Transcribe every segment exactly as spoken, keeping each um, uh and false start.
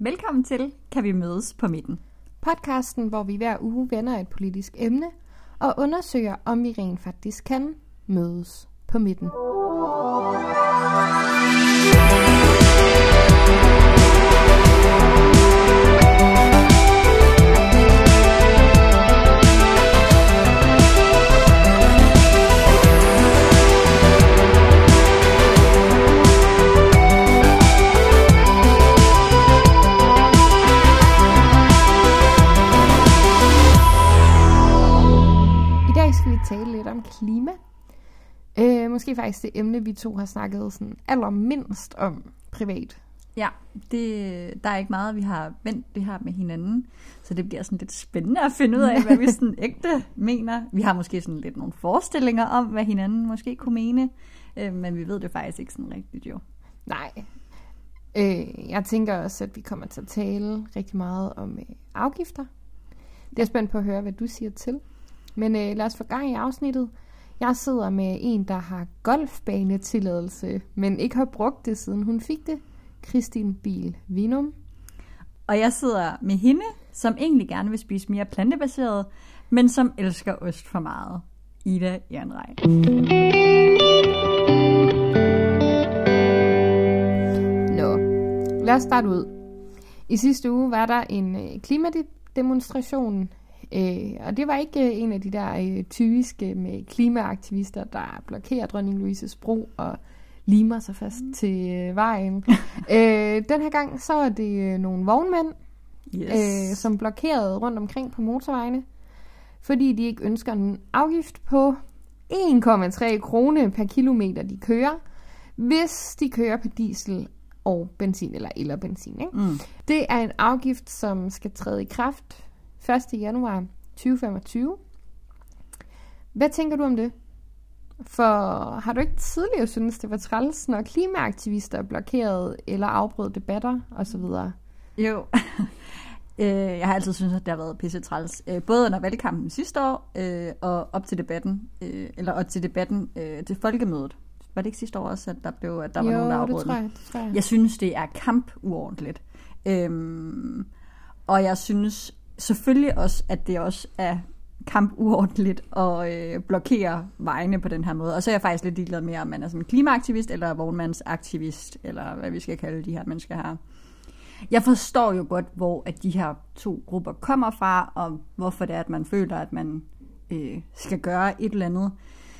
Velkommen til Kan vi mødes på midten? Podcasten, hvor vi hver uge vender et politisk emne og undersøger, om vi rent faktisk kan mødes på midten. Tale lidt om klima. Øh, måske faktisk det emne, vi to har snakket sådan allermindst om privat. Ja, det, der er ikke meget, vi har vendt det her med hinanden, så det bliver sådan lidt spændende at finde ud af, hvad vi sådan ægte mener. Vi har måske sådan lidt nogle forestillinger om, hvad hinanden måske kunne mene, øh, men vi ved det faktisk ikke sådan rigtigt jo. Nej. Øh, jeg tænker også, at vi kommer til at tale rigtig meget om øh, afgifter. Det er spændt på at høre, hvad du siger til. Men øh, lad os få gang i afsnittet. Jeg sidder med en, der har golfbanetilladelse, men ikke har brugt det, siden hun fik det. Kristin Biel Vinum. Og jeg sidder med hende, som egentlig gerne vil spise mere plantebaseret, men som elsker ost for meget. Ida Ehrenreich. Nå, lad os starte ud. I sidste uge var der en øh, klimademonstration. Øh, og det var ikke øh, en af de der øh, typiske med klimaaktivister, der blokerer Dronning Louises bro og limer sig fast mm. til øh, vejen. øh, den her gang så er det øh, nogle vognmænd, yes. øh, som blokerede rundt omkring på motorvejene, fordi de ikke ønsker en afgift på en komma tre kroner per kilometer, de kører, hvis de kører på diesel og benzin eller el og benzin. Ikke? Mm. Det er en afgift, som skal træde i kraft første januar tyve femogtyve. Hvad tænker du om det? For har du ikke tidligere syntes, det var træls, når klimaaktivister blokerede eller afbrød debatter osv.? Jo. Jeg har altid syntes, at det har været pisse træls. Både under valgkampen sidste år og op til debatten, eller op til debatten til folkemødet. Var det ikke sidste år også, at der, blev, at der var jo, nogen, der afbrød det? Tror jeg, det tror jeg. Jeg synes, det er kamp uordentligt. Øhm, og jeg synes selvfølgelig også, at det også er kamp uordentligt at øh, blokere vejene på den her måde. Og så er jeg faktisk lidt ligeglad med, om man er sådan en klimaaktivist eller vognmandsaktivist, eller hvad vi skal kalde de her mennesker her. Jeg forstår jo godt, hvor at de her to grupper kommer fra, og hvorfor det er, at man føler, at man øh, skal gøre et eller andet.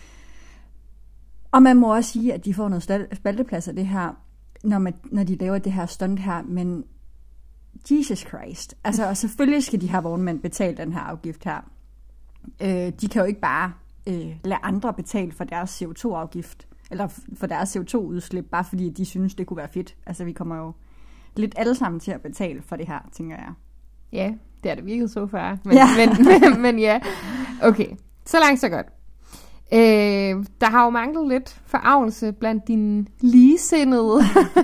Og man må også sige, at de får noget spalteplads af det her, når, man, når de laver det her stunt her, men Jesus Christ. Altså, selvfølgelig skal de her vognmænd betale den her afgift her. Øh, de kan jo ikke bare øh, lade andre betale for deres C O to afgift, eller for deres C O to udslip, bare fordi de synes, det kunne være fedt. Altså, vi kommer jo lidt alle sammen til at betale for det her, tænker jeg. Ja, det er det virkelig så far. Men, ja. men, men, men ja, okay. Så langt, så godt. Øh, der har jo manglet lidt forarvelse blandt dine ligesindede.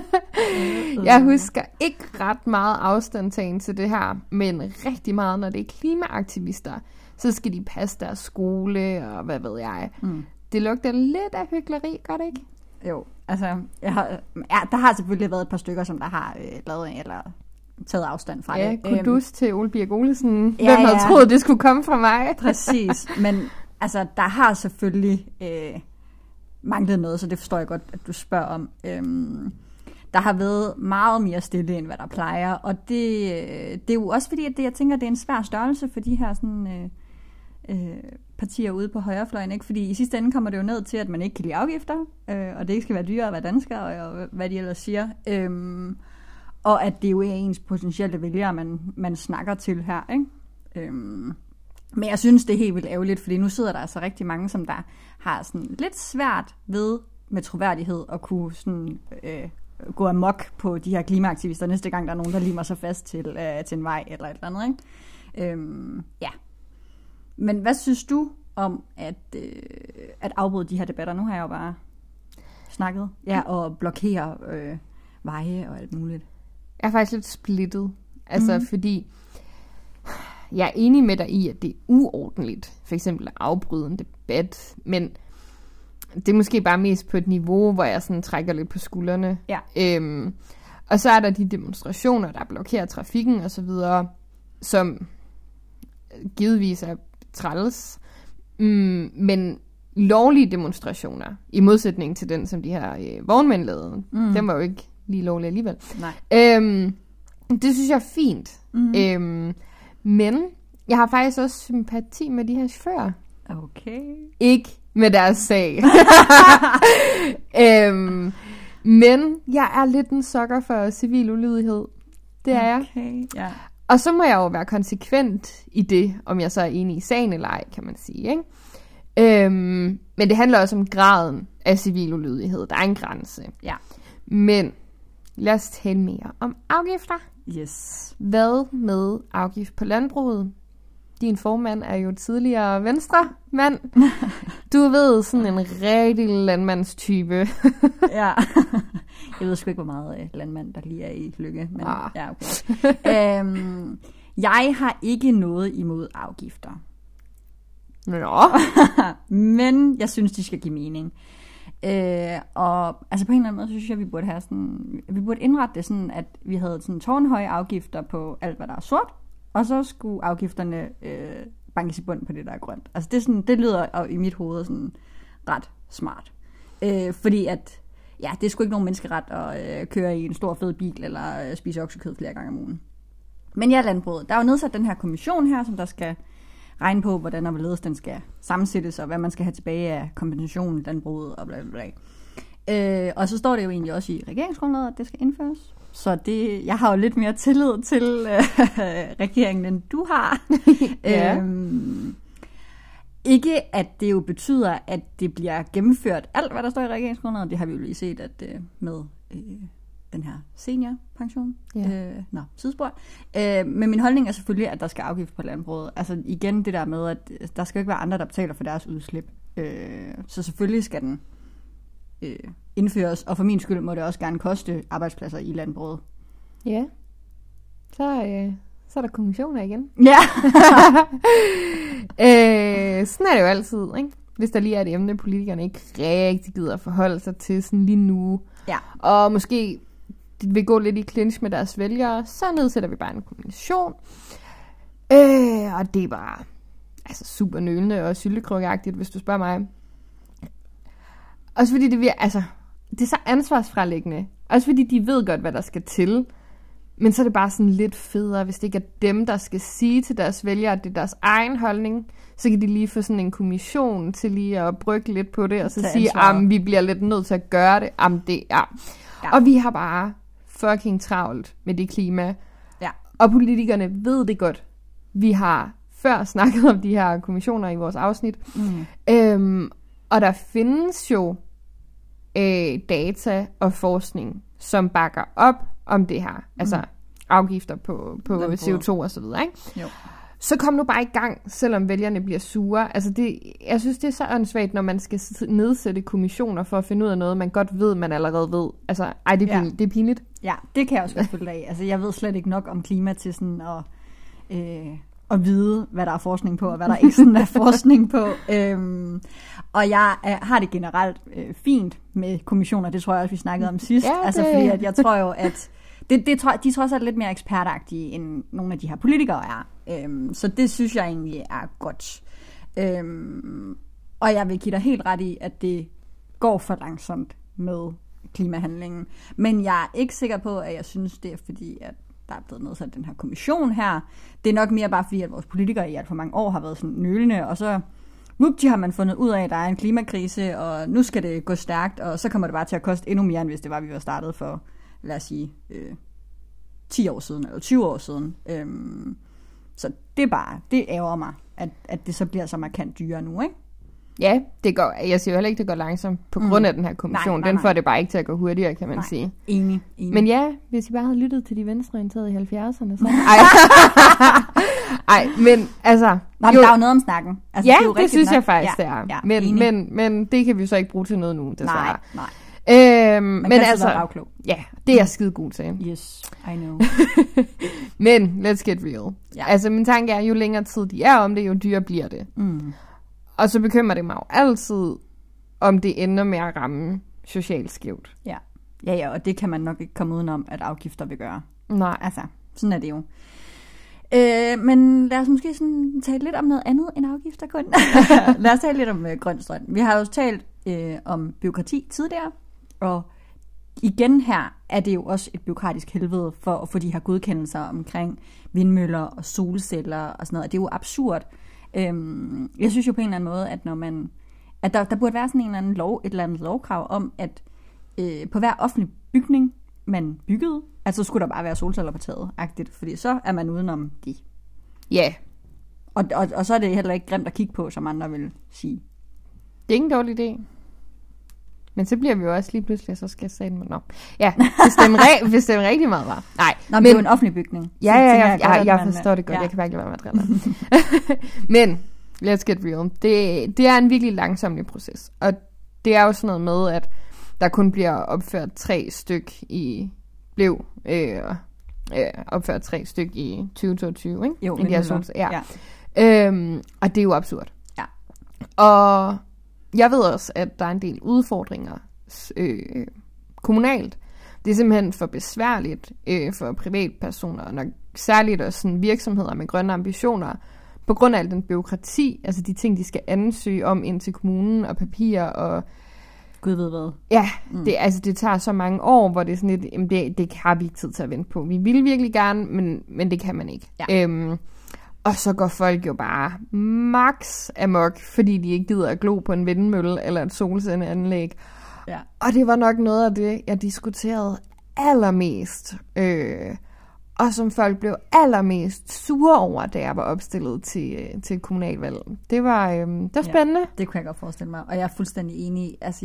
Jeg husker ikke ret meget afstandtagen til det her, men rigtig meget, når det er klimaaktivister, så skal de passe deres skole, og hvad ved jeg. Mm. Det lugter lidt af hykleri, gør det ikke? Jo, altså, jeg har, ja, der har selvfølgelig været et par stykker, som der har øh, lavet eller taget afstand fra ja, det. Ja, kudus æm... til Ole Birk Olesen. Ja, Hvem havde ja. troet, det skulle komme fra mig? Præcis, men altså, der har selvfølgelig øh, manglet noget, så det forstår jeg godt, at du spørger om. Øhm, der har været meget mere stille, end hvad der plejer, og det, det er jo også fordi, at det, jeg tænker, det er en svær størrelse for de her sådan, øh, øh, partier ude på højrefløjen, ikke? Fordi i sidste ende kommer det jo ned til, at man ikke kan lide afgifter, øh, og det ikke skal være dyrere at være dansker, og, og hvad de ellers siger. Øhm, og at det jo er ens potentielle vælgere, man, man snakker til her, ikke? Øhm, Men jeg synes, det er helt vildt ærgerligt, fordi nu sidder der altså rigtig mange, som der har sådan lidt svært ved med troværdighed at kunne sådan, øh, gå amok på de her klimaaktivister næste gang, der er nogen, der limer sig fast til, øh, til en vej eller et eller andet. Ikke? Øhm, ja. Men hvad synes du om at, øh, at afbryde de her debatter? Nu har jeg jo bare snakket. Ja, og blokere øh, veje og alt muligt. Jeg er faktisk lidt splittet. Altså, mm. fordi jeg er enig med dig i, at det er uordentligt, for eksempel at afbryde en debat, men det er måske bare mest på et niveau, hvor jeg sådan trækker lidt på skuldrene. Ja. Øhm, Og så er der de demonstrationer, der blokerer trafikken og så videre, som givetvis er træls. Mm, men lovlige demonstrationer, i modsætning til den, som de her øh, vognmænd lavede, mm. den var jo ikke lige lovlig alligevel. Nej. Øhm, det synes jeg er fint. Mm. Øhm, men jeg har faktisk også sympati med de her chauffører. Okay. Ikke med deres sag. øhm, men jeg er lidt en sukker for civil ulydighed. Det er okay. jeg. Ja. Og så må jeg jo være konsekvent i det, om jeg så er enig i sagen eller ej, kan man sige. Ikke? Øhm, men det handler også om graden af civil ulydighed. Der er en grænse. Ja. Men lad os tale mere om afgifter. Yes. Hvad med afgift på landbruget? Din formand er jo tidligere venstremand. Du ved, sådan en rigtig landmandstype. Ja. Jeg ved sgu ikke, hvor meget landmand, der lige er i Lykke. Men ah. ja, okay. øhm, jeg har ikke noget imod afgifter. Nå. Men jeg synes, de skal give mening. Øh, og altså på en eller anden måde, så synes jeg, at vi burde have sådan, vi burde indrette det sådan, at vi havde sådan tårnhøje afgifter på alt, hvad der er sort, og så skulle afgifterne øh, bankes i bund på det, der er grønt. Altså det, er sådan, det lyder i mit hoved sådan ret smart. Øh, fordi at, ja, det er sgu ikke nogen menneskeret at øh, køre i en stor fed bil, eller øh, spise oksekød flere gange om ugen. Men ja, landbruget. Der er jo nedsat den her kommission her, som der skal regne på, hvordan og hvorledes den skal sammensættes, og hvad man skal have tilbage af kompensation i landbruget, og bla bla bla. Øh, og så står det jo egentlig også i regeringsgrundlaget, at det skal indføres. Så det, jeg har jo lidt mere tillid til øh, regeringen, end du har. Ja. øhm, ikke at det jo betyder, at det bliver gennemført alt, hvad der står i regeringsgrundlaget. Det har vi jo lige set at, øh, med øh, den her seniorpension. Ja. Øh, nå, sidespor. Øh, men min holdning er selvfølgelig, at der skal afgift på landbruget. Altså igen det der med, at der skal ikke være andre, der betaler for deres udslip. Øh, så selvfølgelig skal den øh, indføres, og for min skyld må det også gerne koste arbejdspladser i landbruget. Ja. Så, øh, så er der kommissioner igen. Ja. øh, sådan er det jo altid, ikke? Hvis der lige er et emne, politikerne ikke rigtig gider at forholde sig til sådan lige nu. Ja. Og måske vil gå lidt i clinch med deres vælgere, så nedsætter vi bare en kommission. Øh, og det er bare altså super nølende og syltekrukkeagtigt, hvis du spørger mig. Også fordi det, vir- altså, det er så ansvarsfralæggende. Også fordi de ved godt, hvad der skal til. Men så er det bare sådan lidt federe, hvis det ikke er dem, der skal sige til deres vælgere, at det er deres egen holdning. Så kan de lige få sådan en kommission til lige at brygge lidt på det, og så sige, at vi bliver lidt nødt til at gøre det. Am, det er. Ja. Og vi har bare fucking travlt med det klima. Ja. Og politikerne ved det godt. Vi har før snakket om de her kommissioner i vores afsnit. Mm. Øhm, og der findes jo øh, data og forskning, som bakker op om det her. Altså mm. afgifter på, på C O to og så videre, ikke? Jo. Så kom nu bare i gang, selvom vælgerne bliver sure. Altså det, jeg synes, det er så åndssvagt, når man skal nedsætte kommissioner for at finde ud af noget, man godt ved, man allerede ved. Altså, ej, det er pinligt. Ja. Det er pinligt. Ja, det kan jeg også godt følge af. Altså, jeg ved slet ikke nok om klima til sådan at, øh, at vide, hvad der er forskning på, og hvad der ikke sådan er forskning på. Øhm, og jeg øh, har det generelt øh, fint med kommissioner. Det tror jeg også, vi snakkede om sidst. Ja, det... Altså, fordi at jeg tror jo, at Det, det tror, de tror også er lidt mere ekspertagtige, end nogle af de her politikere er. Øhm, så det synes jeg egentlig er godt. Øhm, og jeg vil give dig helt ret i, at det går for langsomt med klimahandlingen. Men jeg er ikke sikker på, at jeg synes, det er fordi, at der er blevet nedsat den her kommission her. Det er nok mere bare fordi, at vores politikere i alt for mange år har været sådan nølende, og så whoopty, har man fundet ud af, at der er en klimakrise, og nu skal det gå stærkt, og så kommer det bare til at koste endnu mere, end hvis det var, vi var startet for, lad os sige, øh, ti år siden, eller tyve år siden. Øhm, så det er bare, det ærger mig, at, at det så bliver så markant dyrere nu, ikke? Ja, det går, jeg siger heller ikke, det går langsomt på grund mm. af den her kommission. Nej, nej, nej. Den får det bare ikke til at gå hurtigere, kan man nej, sige. Enig, enig. Men ja, hvis I bare havde lyttet til de venstreorienterede i halvfjerdserne, så... Ej. Ej, men altså... Nå, men der er jo noget om snakken. Altså, ja, det, er jo det synes nok. jeg faktisk, ja, det er. Ja, men, men, men det kan vi jo så ikke bruge til noget nu, desværre. Nej, nej. Øhm, men altså, ja, det er jeg skide god til. Yes, I know. Men let's get real. Ja. Altså min tanke er, jo længere tid de er om det, jo dyrere bliver det. Mm. Og så bekymrer det mig jo altid, om det ender med at ramme socialt skævt. Ja. Ja, ja, og det kan man nok ikke komme udenom, at afgifter vil gøre. Nej. Altså, sådan er det jo. Øh, men lad os måske sådan tale lidt om noget andet end afgifter kun. Lad os tale lidt om øh, grøn strøm. Vi har jo talt øh, om bureaukrati tidligere, og igen her er det jo også et bureaukratisk helvede for at få de her godkendelser omkring vindmøller og solceller og sådan noget. Det er jo absurd. Øhm, jeg synes jo på en eller anden måde, at når man, at der, der burde være sådan en eller anden lov, et eller andet lovkrav om, at øh, på hver offentlig bygning, man byggede, altså skulle der bare være solceller på taget-agtigt, fordi så er man udenom de. Ja. Yeah. Og, og, og så er det heller ikke grimt at kigge på, som andre vil sige. Det er ikke en dårlig idé. Men så bliver vi jo også lige pludselig, så skal jeg sige det. Nå. Ja, bestemmer, re- bestemmer rigtig meget var. Nej. Nå, men det er jo en offentlig bygning. Ja, ja, ja, jeg, jeg, jeg, jeg man, forstår det godt. Ja. Jeg kan bare ikke lade være med at drille. Men, let's get real. Det, det er en virkelig langsomlig proces. Og det er jo sådan noget med, at der kun bliver opført tre styk i... Blev øh, øh, opført tre styk i tyve toogtyve, ikke? Jo, men det er ja. ja. Øhm, og det er jo absurd. Ja. Og jeg ved også, at der er en del udfordringer øh, kommunalt. Det er simpelthen for besværligt øh, for privatpersoner, og nok særligt også sådan virksomheder med grønne ambitioner, på grund af al den bureaukrati, altså de ting, de skal ansøge om ind til kommunen, og papirer, og Gud ved hvad. Ja, mm. det, altså, det tager så mange år, hvor det er sådan lidt, jamen det, det har vi ikke tid til at vente på. Vi vil virkelig gerne, men, men det kan man ikke. Ja. Øhm, og så går folk jo bare max amok, fordi de ikke gider at glo på en vindmølle eller et solcelleanlæg. Ja. Og det var nok noget af det, jeg diskuterede allermest. Øh, og som folk blev allermest sure over, da jeg var opstillet til, til et kommunalvalg. Det var, øh, det var spændende. Ja, det kunne jeg godt forestille mig. Og jeg er fuldstændig enig. Altså,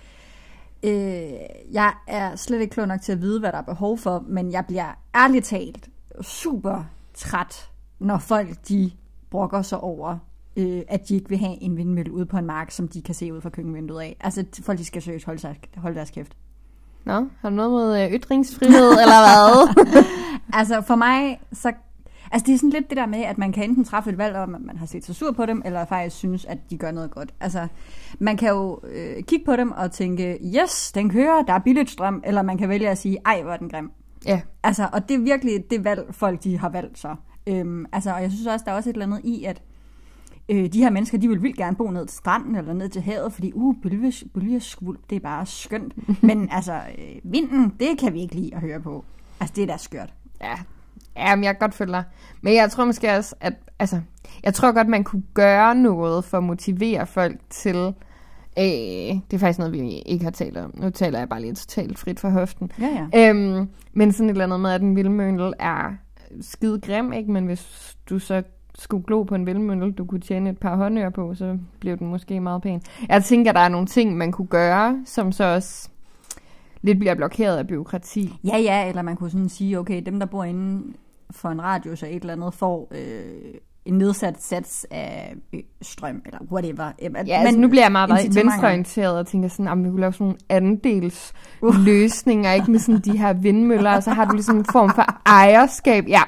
øh, jeg er slet ikke klog nok til at vide, hvad der er behov for, men jeg bliver ærligt talt super træt, når folk de brokker sig over, øh, at de ikke vil have en vindmølle ude på en mark, som de kan se ud fra køkkenvinduet af. Altså, folk de skal seriøst holde, sig, holde deres kæft. Nå, har du noget mod ytringsfrihed, eller hvad? Altså, for mig, så... Altså, det er sådan lidt det der med, at man kan enten træffe et valg om, at man har set sig sur på dem, eller faktisk synes, at de gør noget godt. Altså, man kan jo øh, kigge på dem og tænke, yes, den kører, der er billigt strøm, eller man kan vælge at sige, ej, hvor er den grim. Ja. Altså, og det er virkelig det valg, folk de har valgt så. Øhm, altså, og jeg synes også, der er også et eller andet i, at øh, de her mennesker, de vil vildt gerne bo ned til stranden, eller ned til havet, fordi, uh, bølgeskvulp, det er bare skønt. Men altså, øh, vinden, det kan vi ikke lide at høre på. Altså, det er da skørt. Ja, ja, men jeg kan godt følge dig. Men jeg tror måske også, at altså, jeg tror godt, man kunne gøre noget for at motivere folk til, øh, det er faktisk noget, vi ikke har talt om. Nu taler jeg bare lidt totalt frit fra hoften. Ja, ja. Øhm, men sådan et eller andet med, at en vindmølle er skide grim, ikke? Men hvis du så skulle glo på en vindmølle, du kunne tjene et par håndører på, så blev den måske meget pæn. Jeg tænker, der er nogle ting, man kunne gøre, som så også lidt bliver blokeret af bureaukrati. Ja, ja, eller man kunne sådan sige, okay, dem, der bor inde for en radius og et eller andet, får øh, en nedsat sats af øh, strøm, eller whatever. Ja, men altså, nu bliver jeg meget, meget venstreorienteret og tænker sådan, at vi kunne lave sådan nogle andels uh. løsninger, ikke med sådan de her vindmøller, og så har du ligesom en form for ejerskab. Ja.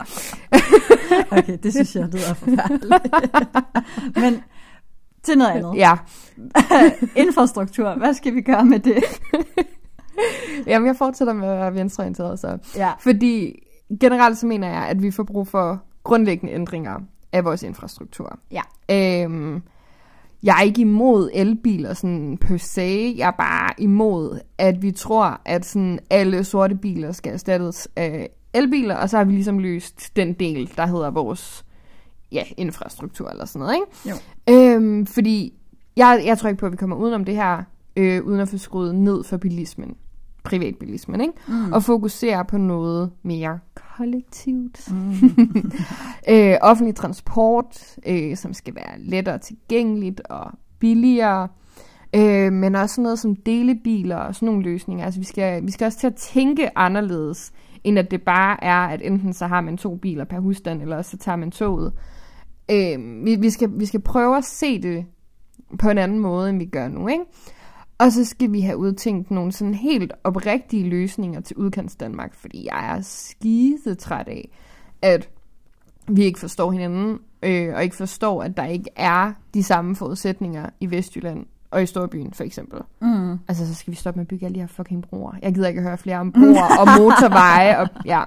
Okay, det synes jeg lyder forfærdeligt. Men til noget andet. Ja. Infrastruktur, hvad skal vi gøre med det? Jamen, jeg fortsætter med at være venstreorienteret, så. Ja. Fordi generelt så mener jeg, at vi får brug for grundlæggende ændringer af vores infrastruktur. Ja. Øhm, jeg er ikke imod elbiler sådan per se. Jeg er bare imod, at vi tror, at sådan alle sorte biler skal erstattes af elbiler, og så har vi ligesom løst den del, der hedder vores ja, infrastruktur eller sådan noget, ikke? Jo. Øhm, fordi jeg, jeg tror ikke på, at vi kommer udenom det her, øh, uden at få skruet ned for bilismen. Privatbilismen, ikke? Mm. Og fokusere på noget mere kollektivt. Mm. øh, offentlig transport, øh, som skal være lettere tilgængeligt og billigere. Øh, men også noget som delebiler og sådan nogle løsninger. Altså vi skal, vi skal også til at tænke anderledes, end at det bare er, at enten så har man to biler per husstand, eller så tager man toget. Øh, vi, vi, skal, vi skal prøve at se det på en anden måde, end vi gør nu, ikke? Og så skal vi have udtænkt nogle sådan helt oprigtige løsninger til udkants Danmark, fordi jeg er skide træt af, at vi ikke forstår hinanden, øh, og ikke forstår, at der ikke er de samme forudsætninger i Vestjylland og i storbyen, for eksempel. Mm. Altså, så skal vi stoppe med at bygge alle de her fucking broer. Jeg gider ikke at høre flere om broer og motorveje. Og, ja.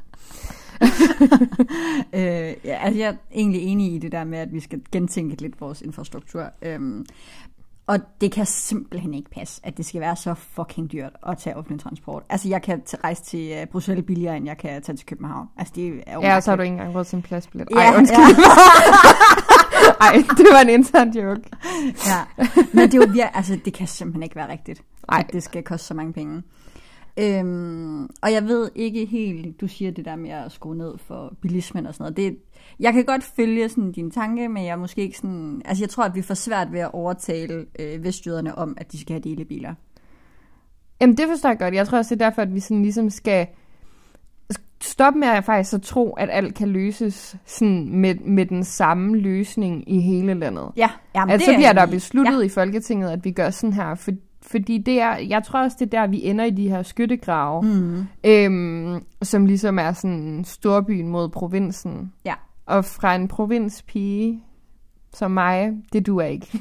øh, ja, altså jeg er egentlig enig i det der med, at vi skal gentænke lidt vores infrastruktur. Øhm, og det kan simpelthen ikke passe, at det skal være så fucking dyrt at tage offentlig transport. Altså, jeg kan rejse til uh, Bruxelles billigere, end jeg kan tage til København. Altså, det er jo ja, og så har du ikke engang råd til en pladsbillet. Ej, ja, undskyld. Ja. Ej, det var en intern joke. Ja, men det, er jo vir- altså, det kan simpelthen ikke være rigtigt, Ej. at det skal koste så mange penge. Øhm, og jeg ved ikke helt, du siger det der med at skrue ned for bilismen og sådan noget. Det, jeg kan godt følge sådan din tanke, men jeg er måske ikke sådan... Altså jeg tror, at vi får svært ved at overtale øh, vestjyderne om, at de skal have delebiler. Jamen det forstår jeg godt. Jeg tror også, det er derfor, at vi sådan ligesom skal stoppe med at faktisk at tro, at alt kan løses sådan med, med den samme løsning i hele landet. Ja, jamen, altså det så bliver der jeg besluttet ja. i Folketinget, at vi gør sådan her, for, fordi det er, jeg tror også, det er der, vi ender i de her skyttegrave, mm. øhm, som ligesom er sådan storbyen mod provinsen. Ja. Og fra en provinspige som mig, det duer ikke.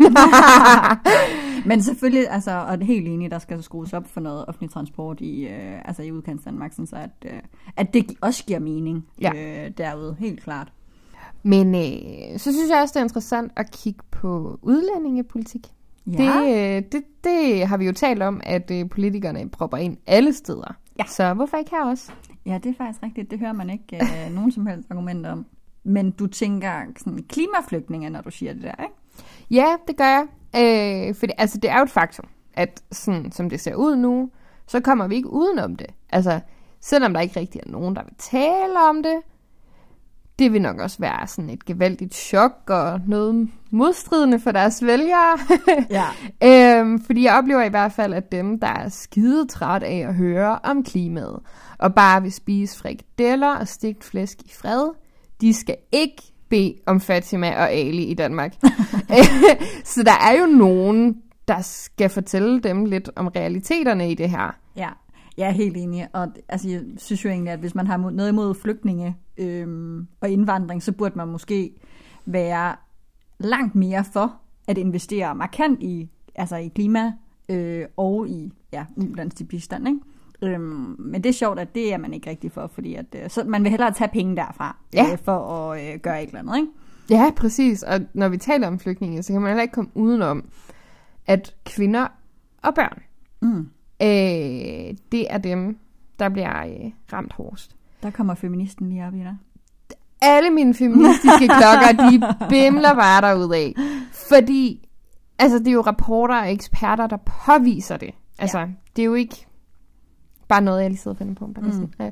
Men selvfølgelig, altså, og det er helt enig, der skal skrues op for noget offentlig transport i, øh, altså i udkants Danmark, så at, øh, at det også giver mening ja. øh, derude, helt klart. Men øh, så synes jeg også, det er interessant at kigge på udlændingepolitik. Ja. Det, øh, det, det har vi jo talt om, at øh, politikerne propper ind alle steder. Ja. Så hvorfor ikke her også? Ja, det er faktisk rigtigt. Det hører man ikke øh, nogen som helst argumenter om. Men du tænker sådan klimaflygtninge, når du siger det der, ikke? Ja, det gør jeg. Øh, for det, altså, det er jo et faktum, at sådan, som det ser ud nu, så kommer vi ikke udenom det. Altså, selvom der ikke rigtig er nogen, der vil tale om det, det vil nok også være sådan et gevaldigt chok og noget modstridende for deres vælgere. Ja. øhm, fordi jeg oplever i hvert fald, at dem, der er skidetræt af at høre om klimaet, og bare vil spise frikadeller og stegt flæsk i fred, de skal ikke bede om Fatima og Ali i Danmark. Så der er jo nogen, der skal fortælle dem lidt om realiteterne i det her. Ja, jeg er helt enig. Og altså, jeg synes jo egentlig, at hvis man har noget imod flygtninge øhm, og indvandring, så burde man måske være langt mere for at investere markant i, altså i klima øh, og i ja, ulandsbistand, ikke? Øhm, men det er sjovt, at det er man ikke rigtig for, fordi at, øh, så man vil hellere tage penge derfra ja. øh, for at øh, gøre et eller andet, ikke? Ja, præcis. Og når vi taler om flygtninge, så kan man heller ikke komme udenom, at kvinder og børn, mm. øh, det er dem, der bliver øh, ramt hårdest. Der kommer feministen lige op i dig. Alle mine feministiske klokker, de bimler bare derudad. Fordi, altså det er jo rapporter og eksperter, der påviser det. Altså, ja. Det er jo ikke bare noget, jeg lige sidder og finder på. Mm. Ja.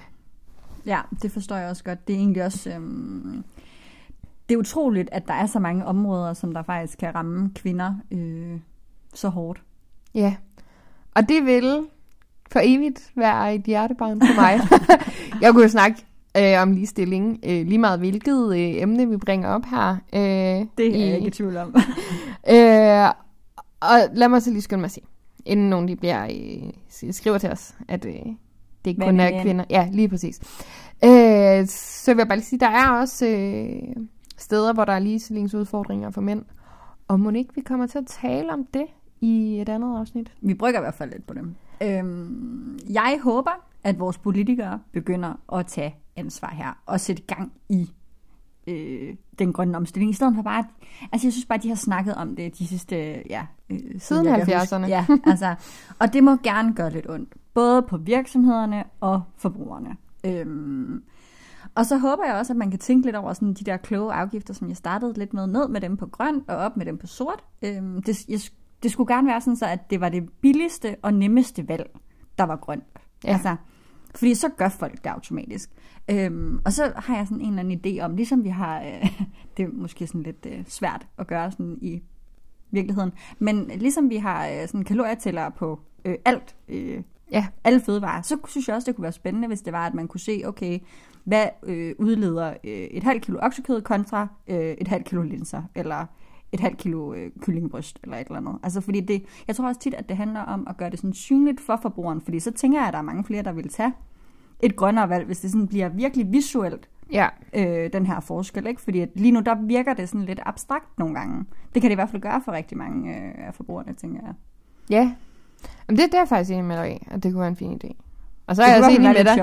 ja, det forstår jeg også godt. Det er egentlig også... Øhm, det er utroligt, at der er så mange områder, som der faktisk kan ramme kvinder øh, så hårdt. Ja, og det vil for evigt være et hjertebarn for mig. Jeg kunne jo snakke øh, om ligestilling, øh, lige meget hvilket øh, emne vi bringer op her. Øh, det er jeg ikke i tvivl om. øh, og lad mig så lige skynde mig at sige, inden nogen de bliver, øh, skriver til os, at øh, det ikke kun er kvinder. Ja, lige præcis. Øh, så vil jeg bare lige sige, der er også øh, steder, hvor der er ligestillingsudfordringer for mænd. Og må ikke vi kommer til at tale om det i et andet afsnit? Vi brygger i hvert fald lidt på dem. Øhm, jeg håber, at vores politikere begynder at tage ansvar her og sætte gang i øh, den grønne omstilling. I stedet for bare, altså jeg synes bare, de har snakket om det de sidste, ja, øh, siden halvfjerdserne. Ja, altså, og det må gerne gøre lidt ondt, både på virksomhederne og forbrugerne. Øhm, og så håber jeg også, at man kan tænke lidt over sådan de der kloge afgifter, som jeg startede lidt med, ned med dem på grøn og op med dem på sort. Øhm, det, jeg, det skulle gerne være sådan, så at det var det billigste og nemmeste valg, der var grønt. Ja. Altså, fordi så gør folk det automatisk. Øhm, og så har jeg sådan en eller anden idé om, ligesom vi har, øh, det er måske sådan lidt øh, svært at gøre sådan i virkeligheden, men ligesom vi har øh, sådan kalorietæller på øh, alt, øh, ja, alle fødevarer, så synes jeg også, det kunne være spændende, hvis det var, at man kunne se, okay, hvad øh, udleder øh, et halvt kilo oksekød kontra øh, et halvt kilo linser, eller et halvt kilo øh, kyllingebryst, eller et eller andet. Altså fordi det, jeg tror også tit, at det handler om at gøre det sådan synligt for forbrugeren, fordi så tænker jeg, at der er mange flere, der vil tage et grønnere valg, hvis det sådan bliver virkelig visuelt Ja. øh, den her forskel, ikke? Fordi at lige nu, der virker det sådan lidt abstrakt nogle gange. Det kan det i hvert fald gøre for rigtig mange øh, af forbrugerne, tænker jeg. Ja. Jamen, det, det er jeg faktisk enig med dig i, at det kunne være en fin idé. Og så det er jeg også enig med dig.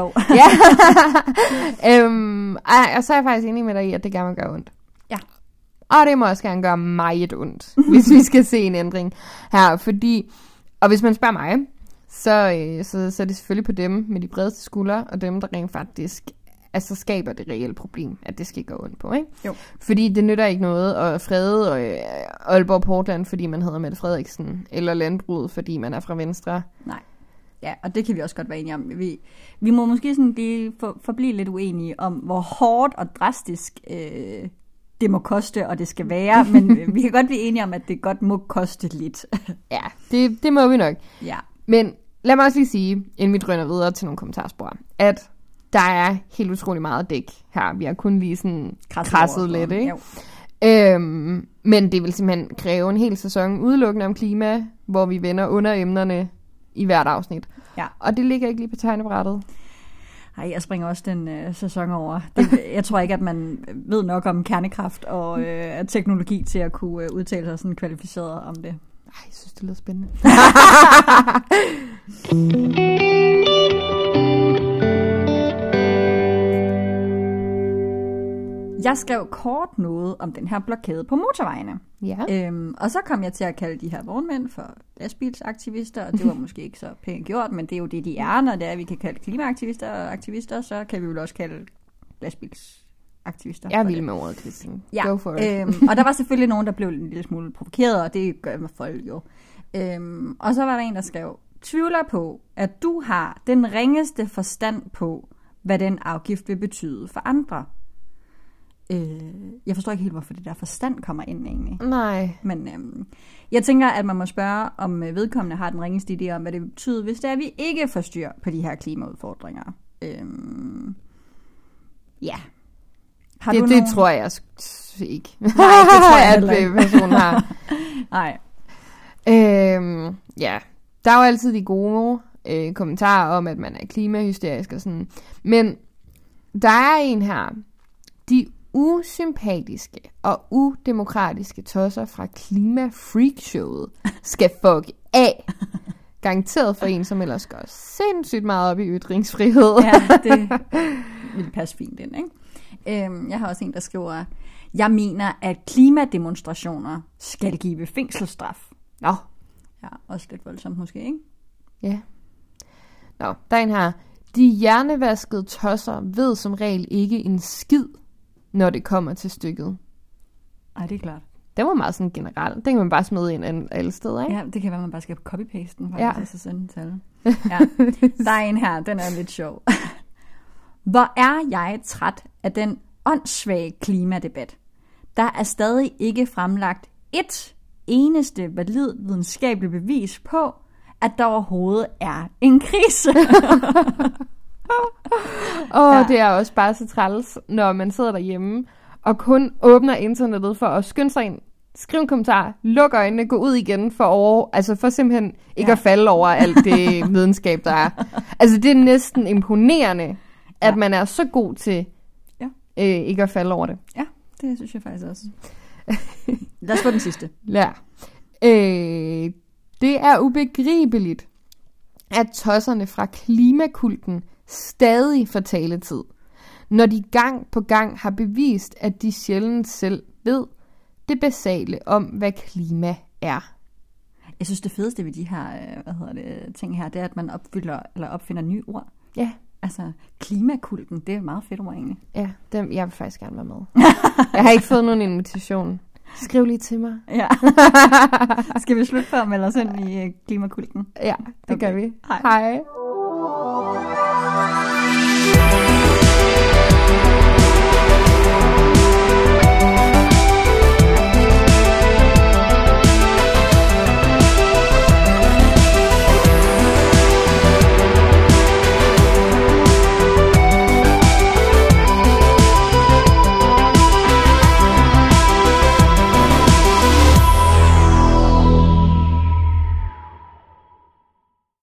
Ja. øhm, ej, og så er jeg faktisk enig med dig i, at det gerne må gøre ondt. Ja. Og det må også gerne gøre meget ondt, hvis vi skal se en ændring her. Fordi, og hvis man spørger mig, så, øh, så, så er det selvfølgelig på dem med de bredeste skuldre, og dem, der rent faktisk altså, skaber det reelle problem, at det skal gå ondt på. Ikke? Jo. Fordi det nytter ikke noget at frede og, øh, Aalborg Portland, fordi man hedder Mette Frederiksen, eller landbruget, fordi man er fra Venstre. Nej. Ja, og det kan vi også godt være enige om. Vi, vi må måske sådan blive, for, forblive lidt uenige om, hvor hårdt og drastisk øh, det må koste, og det skal være. Men vi kan godt blive enige om, at det godt må koste lidt. Ja, det, det må vi nok. Ja. Men lad mig også lige sige, inden vi drøner videre til nogle kommentarspor, at der er helt utrolig meget dæk her. Vi har kun lige sådan krasset, krasset lidt, ikke? Øhm, men det vil simpelthen kræve en hel sæson udelukkende om klima, hvor vi vender under emnerne i hvert afsnit. Ja. Og det ligger ikke lige på tegnebrættet. Ej, jeg springer også den øh, sæson over. Det, jeg tror ikke, at man ved nok om kernekraft og øh, teknologi til at kunne øh, udtale sig sådan kvalificeret om det. Ej, jeg synes, det lyder spændende. Jeg skrev kort noget om den her blokade på motorvejene. Ja. Øhm, og så kom jeg til at kalde de her vognmænd for lastbilsaktivister, og det var måske ikke så pænt gjort, men det er jo det, de er, når det er, vi kan kalde klimaaktivister og aktivister, så kan vi jo også kalde lastbilsaktivister. Jeg er vild med ordet, Christine. Ja. Go for it. Øhm, og der var selvfølgelig nogen, der blev en lille smule provokeret, og det gør med folk jo. Øhm, og så var der en, der skrev, tvivler på, at du har den ringeste forstand på, hvad den afgift vil betyde for andre. Jeg forstår ikke helt, hvorfor det der forstand kommer ind egentlig. Nej. Men øhm, jeg tænker, at man må spørge, om vedkommende har den ringeste idé om, hvad det betyder, hvis det er, at vi ikke får styr på de her klimaudfordringer. Øhm, ja. Har det du det nogen... tror jeg ikke. Nej, det tror jeg at ikke. personen har. Nej. Øhm, ja, der er jo altid de gode øh, kommentarer om, at man er klimahysterisk og sådan. Men der er en her. De usympatiske og udemokratiske tosser fra Klima-freakshowet skal fuck af. Garanteret for en, som ellers går sindssygt meget op i ytringsfrihed. Ja, det vil passe fint ind, ikke? Øhm, jeg har også en, der skriver, jeg mener, at klimademonstrationer skal give fængselsstraf. Nå. Ja, også lidt voldsomt måske, ikke? Ja. Nå, der er en her. De hjernevaskede tosser ved som regel ikke en skid, når det kommer til stykket. Ej, det er klart. Det var meget sådan generelt. Den kan man bare smide ind alle steder, ikke? Ja, det kan være, man bare skal copy-paste den, ja. faktisk, og sende den til. Ja. Der er en her, den er lidt sjov. Hvor er jeg træt af den åndssvage klimadebat. Der er stadig ikke fremlagt et eneste valid videnskabeligt bevis på, at der overhovedet er en krise. Åh, Ja. det er også bare så træls, når man sidder derhjemme og kun åbner internettet for at skynde sig ind, skrive en kommentar, lukke øjnene, gå ud igen for over, altså for simpelthen ikke Ja. at falde over alt det videnskab, der er. Altså det er næsten imponerende, at Ja. man er så god til Ja. øh, ikke at falde over det. Ja, det synes jeg faktisk også. Lad os få den sidste. Ja. Øh, det er ubegribeligt, at tosserne fra klimakulten stadig får taletid, når de gang på gang har bevist, at de sjældent selv ved det basale om, hvad klima er. Jeg synes, det fedeste ved de her øh, hvad hedder det, ting her, det er, at man opfylder, eller opfinder nye ord. Ja. Altså, klimakulten, det er et meget fedt ord egentlig. Ja, dem, jeg vil faktisk gerne være med. Jeg har ikke fået nogen invitation. Skriv lige til mig. Ja. Skal vi slutte for at melde os ind i øh, klimakulten? Ja, det Okay. gør vi. Hej. Hej.